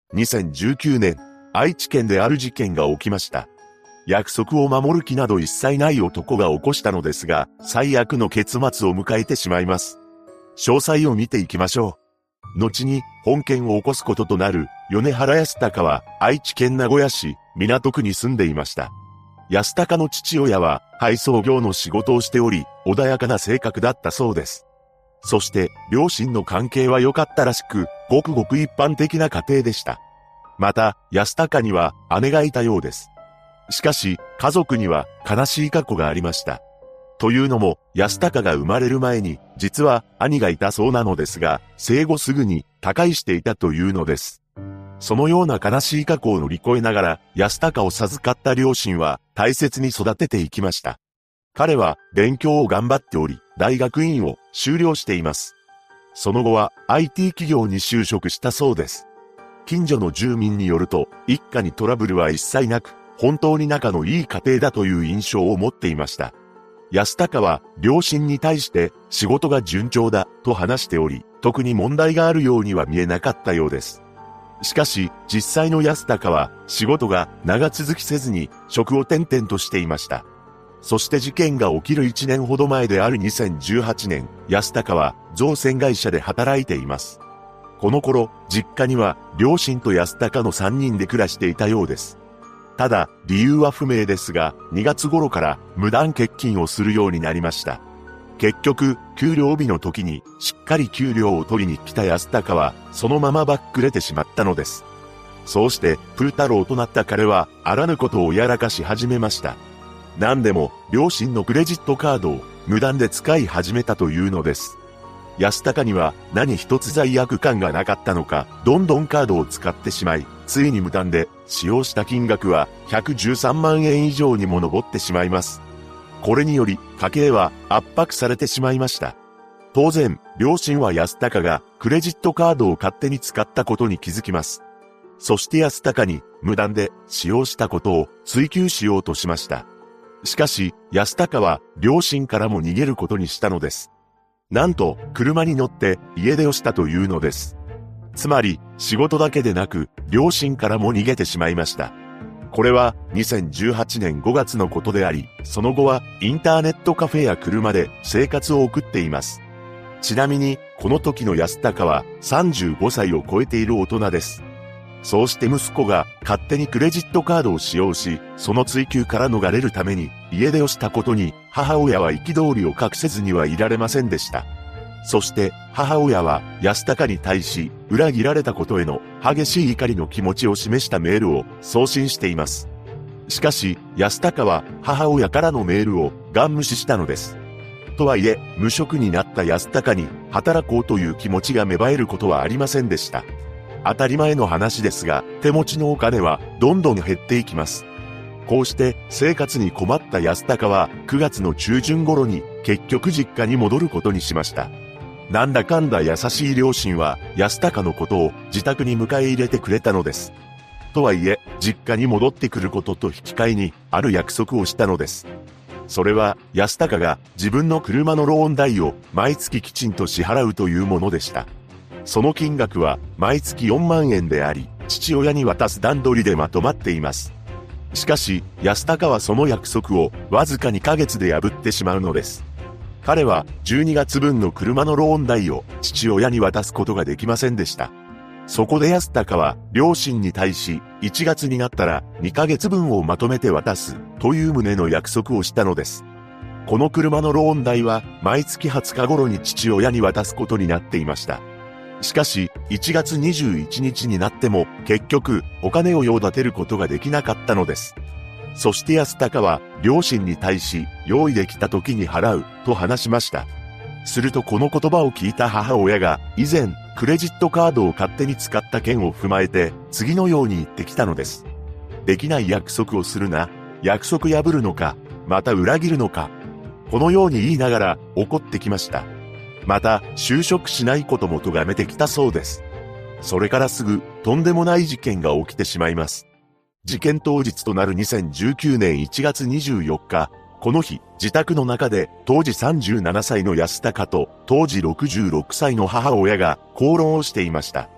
2019年、愛知県である事件が起きました。約束を守る気など一切ない男が起こしたのですが、最悪の結末を迎えてしまいます。詳細を見ていきましょう。後に本件を起こすこととなる米原安隆は愛知県名古屋市港区に住んでいました。安隆の父親は配送業の仕事をしており、穏やかな性格だったそうです。そして両親の関係は良かったらしく、ごくごく一般的な家庭でした。また、安隆には姉がいたようです。しかし、家族には悲しい過去がありました。というのも、安隆が生まれる前に、実は兄がいたそうなのですが、生後すぐに他界していたというのです。そのような悲しい過去を乗り越えながら、安隆を授かった両親は大切に育てていきました。彼は勉強を頑張っており、大学院を修了しています。その後は IT 企業に就職したそうです。近所の住民によると、一家にトラブルは一切なく、本当に仲のいい家庭だという印象を持っていました。安隆は両親に対して仕事が順調だと話しており、特に問題があるようには見えなかったようです。しかし、実際の安隆は仕事が長続きせずに職を転々としていました。そして事件が起きる1年ほど前である2018年、安隆は造船会社で働いています。この頃、実家には両親と安隆の3人で暮らしていたようです。ただ、理由は不明ですが、2月頃から無断欠勤をするようになりました。結局、給料日の時にしっかり給料を取りに来た安隆は、そのままばっくれてしまったのです。そうして、プー太郎となった彼は、あらぬことをやらかし始めました。何でも、両親のクレジットカードを無断で使い始めたというのです。安隆には何一つ罪悪感がなかったのか、どんどんカードを使ってしまい、ついに無断で使用した金額は113万円以上にも上ってしまいます。これにより家計は圧迫されてしまいました。当然、両親は安隆がクレジットカードを勝手に使ったことに気づきます。そして安隆に無断で使用したことを追及しようとしました。しかし、安隆は両親からも逃げることにしたのです。なんと、車に乗って家出をしたというのです。つまり、仕事だけでなく、両親からも逃げてしまいました。これは2018年5月のことであり、その後はインターネットカフェや車で生活を送っています。ちなみに、この時の安隆は35歳を超えている大人です。そうして息子が勝手にクレジットカードを使用し、その追及から逃れるために家出をしたことに母親は憤りを隠せずにはいられませんでした。そして母親は安隆に対し裏切られたことへの激しい怒りの気持ちを示したメールを送信しています。しかし安隆は母親からのメールをガン無視したのです。とはいえ無職になった安隆に働こうという気持ちが芽生えることはありませんでした。当たり前の話ですが、手持ちのお金はどんどん減っていきます。こうして生活に困った安隆は9月の中旬頃に結局実家に戻ることにしました。なんだかんだ優しい両親は安隆のことを自宅に迎え入れてくれたのです。とはいえ、実家に戻ってくることと引き換えにある約束をしたのです。それは安隆が自分の車のローン代を毎月きちんと支払うというものでした。その金額は毎月4万円であり、父親に渡す段取りでまとまっています。しかし、安隆はその約束をわずか2ヶ月で破ってしまうのです。彼は12月分の車のローン代を父親に渡すことができませんでした。そこで安隆は両親に対し1月になったら2ヶ月分をまとめて渡すという旨の約束をしたのです。この車のローン代は毎月20日頃に父親に渡すことになっていました。しかし、1月21日になっても結局お金を用立てることができなかったのです。そして安隆は両親に対し用意できた時に払うと話しました。するとこの言葉を聞いた母親が以前クレジットカードを勝手に使った件を踏まえて次のように言ってきたのです。できない約束をするな。約束破るのか、また裏切るのか。このように言いながら怒ってきました。また、就職しないことも咎めてきたそうです。それからすぐ、とんでもない事件が起きてしまいます。事件当日となる2019年1月24日、この日、自宅の中で、当時37歳の安隆と、当時66歳の母親が口論をしていました。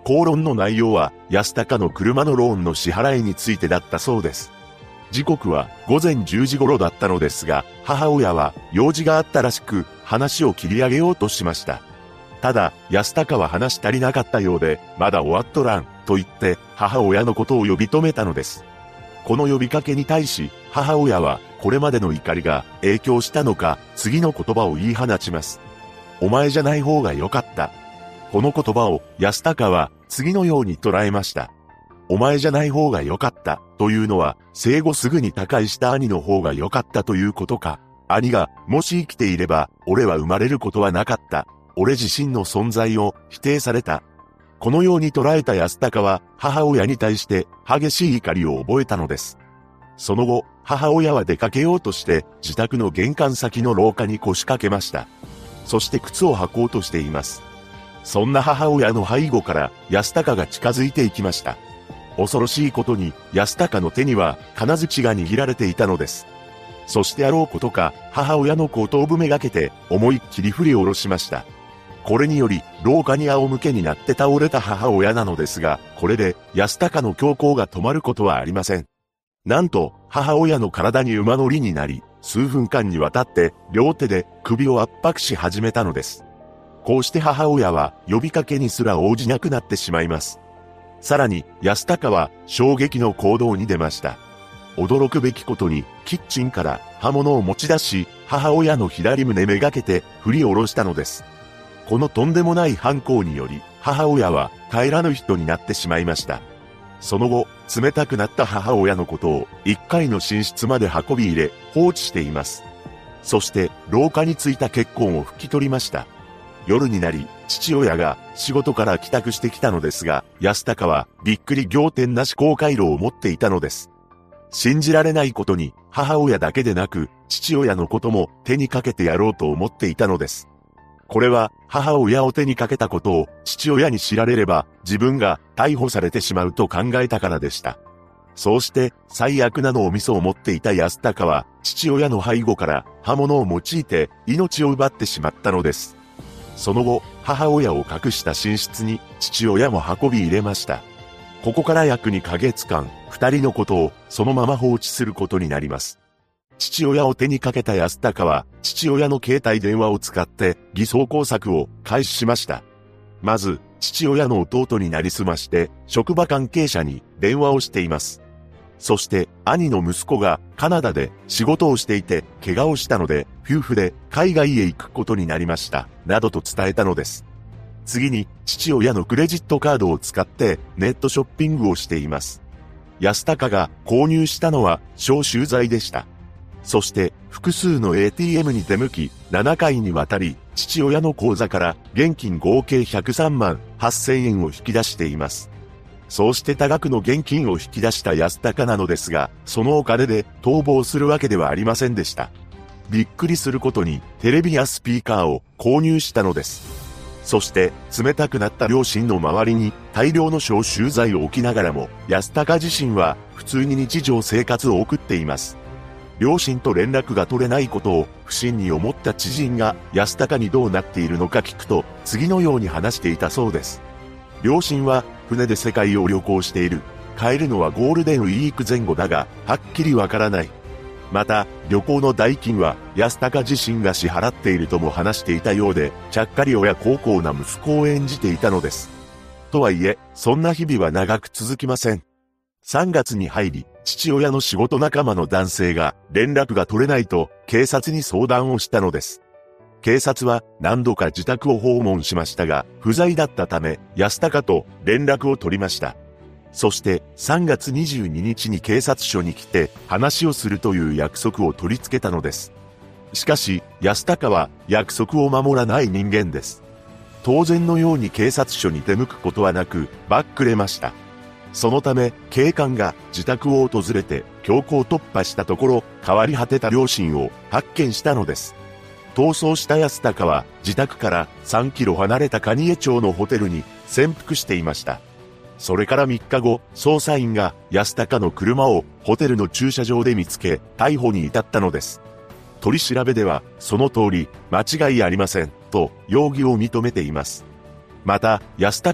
口論の内容は安高の車のローンの支払いについてだったそうです。時刻は午前10時頃だったのですが、母親は用事があったらしく話を切り上げようとしました。ただ、安高は話足りなかったようで、まだ終わっとらん、と言って母親のことを呼び止めたのです。この呼びかけに対し、母親はこれまでの怒りが影響したのか、次の言葉を言い放ちます。お前じゃない方がよかった。この言葉を安高は次のように捉えました。お前じゃない方がよかったというのは、生後すぐに他界した兄の方がよかったということか。兄がもし生きていれば、俺は生まれることはなかった。俺自身の存在を否定された。このように捉えた安高は母親に対して激しい怒りを覚えたのです。その後、母親は出かけようとして自宅の玄関先の廊下に腰掛けました。そして靴を履こうとしています。そんな母親の背後から安高が近づいていきました。恐ろしいことに安高の手には金槌が握られていたのです。そしてあろうことか母親の後頭部めがけて思いっきり振り下ろしました。これにより廊下に仰向けになって倒れた母親なのですが、これで安高の凶行が止まることはありません。なんと母親の体に馬乗りになり、数分間にわたって両手で首を圧迫し始めたのです。こうして母親は呼びかけにすら応じなくなってしまいます。さらに安高は衝撃の行動に出ました。驚くべきことにキッチンから刃物を持ち出し、母親の左胸めがけて振り下ろしたのです。このとんでもない犯行により母親は帰らぬ人になってしまいました。その後、冷たくなった母親のことを1階の寝室まで運び入れ放置しています。そして廊下についた血痕を拭き取りました。夜になり、父親が仕事から帰宅してきたのですが、安高はびっくり仰天な思考回路を持っていたのです。信じられないことに、母親だけでなく、父親のことも手にかけてやろうと思っていたのです。これは、母親を手にかけたことを父親に知られれば、自分が逮捕されてしまうと考えたからでした。そうして、最悪なのを味噌を持っていた安高は、父親の背後から刃物を用いて命を奪ってしまったのです。その後、母親を隠した寝室に父親も運び入れました。ここから約2ヶ月間、二人のことをそのまま放置することになります。父親を手にかけた安高は、父親の携帯電話を使って偽装工作を開始しました。まず、父親の弟になりすまして、職場関係者に電話をしています。そして、兄の息子がカナダで仕事をしていて、怪我をしたので、夫婦で海外へ行くことになりました、などと伝えたのです。次に、父親のクレジットカードを使ってネットショッピングをしています。安高が購入したのは消臭剤でした。そして複数の ATM に出向き、7回にわたり父親の口座から現金合計103万8000円を引き出しています。そうして多額の現金を引き出した安高なのですが、そのお金で逃亡するわけではありませんでした。びっくりすることにテレビやスピーカーを購入したのです。そして冷たくなった両親の周りに大量の消臭剤を置きながらも、安高自身は普通に日常生活を送っています。両親と連絡が取れないことを不審に思った知人が安高にどうなっているのか聞くと、次のように話していたそうです。両親は船で世界を旅行している。帰るのはゴールデンウィーク前後だが、はっきりわからない。また、旅行の代金は安高自身が支払っているとも話していたようで、ちゃっかり親孝行な息子を演じていたのです。とはいえ、そんな日々は長く続きません。3月に入り、父親の仕事仲間の男性が連絡が取れないと警察に相談をしたのです。警察は何度か自宅を訪問しましたが、不在だったため安高と連絡を取りました。そして3月22日に警察署に来て話をするという約束を取り付けたのです。しかし安高は約束を守らない人間です。当然のように警察署に出向くことはなくバックれました。そのため警官が自宅を訪れて強行突破したところ、変わり果てた両親を発見したのです。逃走した安高は自宅から3キロ離れた蟹江町のホテルに潜伏していました。それから3日後、捜査員が安高の車をホテルの駐車場で見つけ、逮捕に至ったのです。取り調べでは、その通り、間違いありません、と容疑を認めています。また、安高は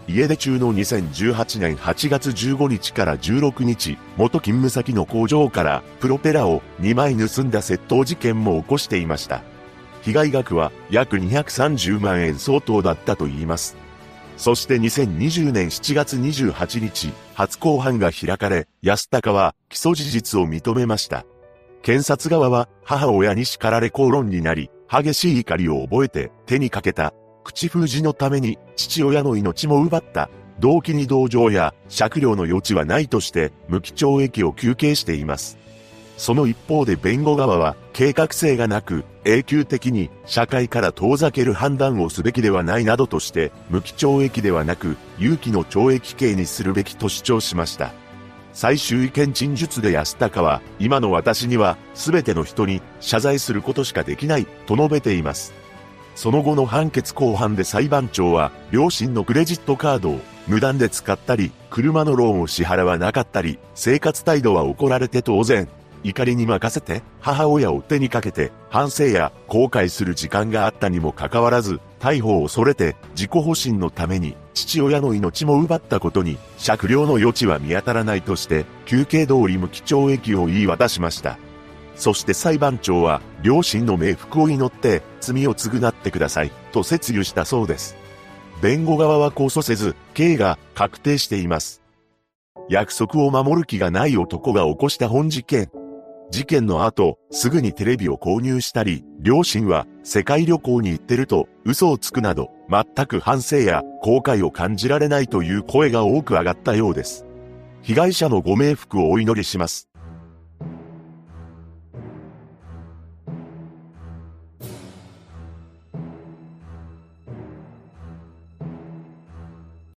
家出中の2018年8月15日から16日、元勤務先の工場からプロペラを2枚盗んだ窃盗事件も起こしていました。被害額は約230万円相当だったといいます。そして2020年7月28日、初公判が開かれ、安高は起訴事実を認めました。検察側は母親に叱られ口論になり、激しい怒りを覚えて手にかけた。口封じのために父親の命も奪った。動機に同情や酌量の余地はないとして無期懲役を求刑しています。その一方で弁護側は計画性がなく永久的に社会から遠ざける判断をすべきではないなどとして無期懲役ではなく有期の懲役刑にするべきと主張しました。最終意見陳述で安高は今の私には全ての人に謝罪することしかできないと述べています。その後の判決公判で裁判長は、両親のクレジットカードを無断で使ったり、車のローンを支払わなかったり、生活態度は怒られて当然、怒りに任せて、母親を手にかけて、反省や後悔する時間があったにもかかわらず、逮捕を恐れて、自己保身のために、父親の命も奪ったことに、酌量の余地は見当たらないとして、求刑通り無期懲役を言い渡しました。そして裁判長は、両親の冥福を祈って、罪を償ってください、と説諭したそうです。弁護側は控訴せず、刑が確定しています。約束を守る気がない男が起こした本事件。事件の後、すぐにテレビを購入したり、両親は世界旅行に行ってると嘘をつくなど、全く反省や後悔を感じられないという声が多く上がったようです。被害者のご冥福をお祈りします。